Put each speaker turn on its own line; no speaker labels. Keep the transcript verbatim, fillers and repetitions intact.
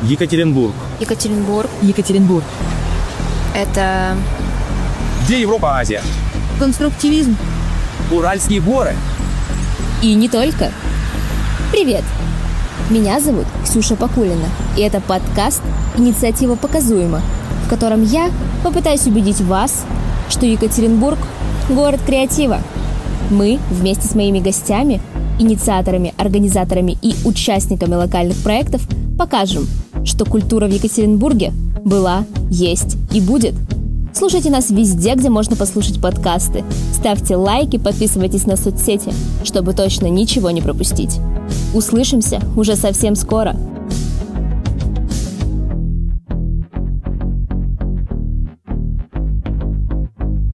Екатеринбург.
Екатеринбург.
Екатеринбург.
Это...
Где Европа, Азия?
Конструктивизм.
Уральские горы.
И не только. Привет! Меня зовут Ксюша Покулина, и это подкаст «Инициатива показуема», в котором я попытаюсь убедить вас, что Екатеринбург – город креатива. Мы вместе с моими гостями, инициаторами, организаторами и участниками локальных проектов покажем, что культура в Екатеринбурге была, есть и будет. Слушайте нас везде, где можно послушать подкасты. Ставьте лайки, подписывайтесь на соцсети, чтобы точно ничего не пропустить. Услышимся уже совсем скоро.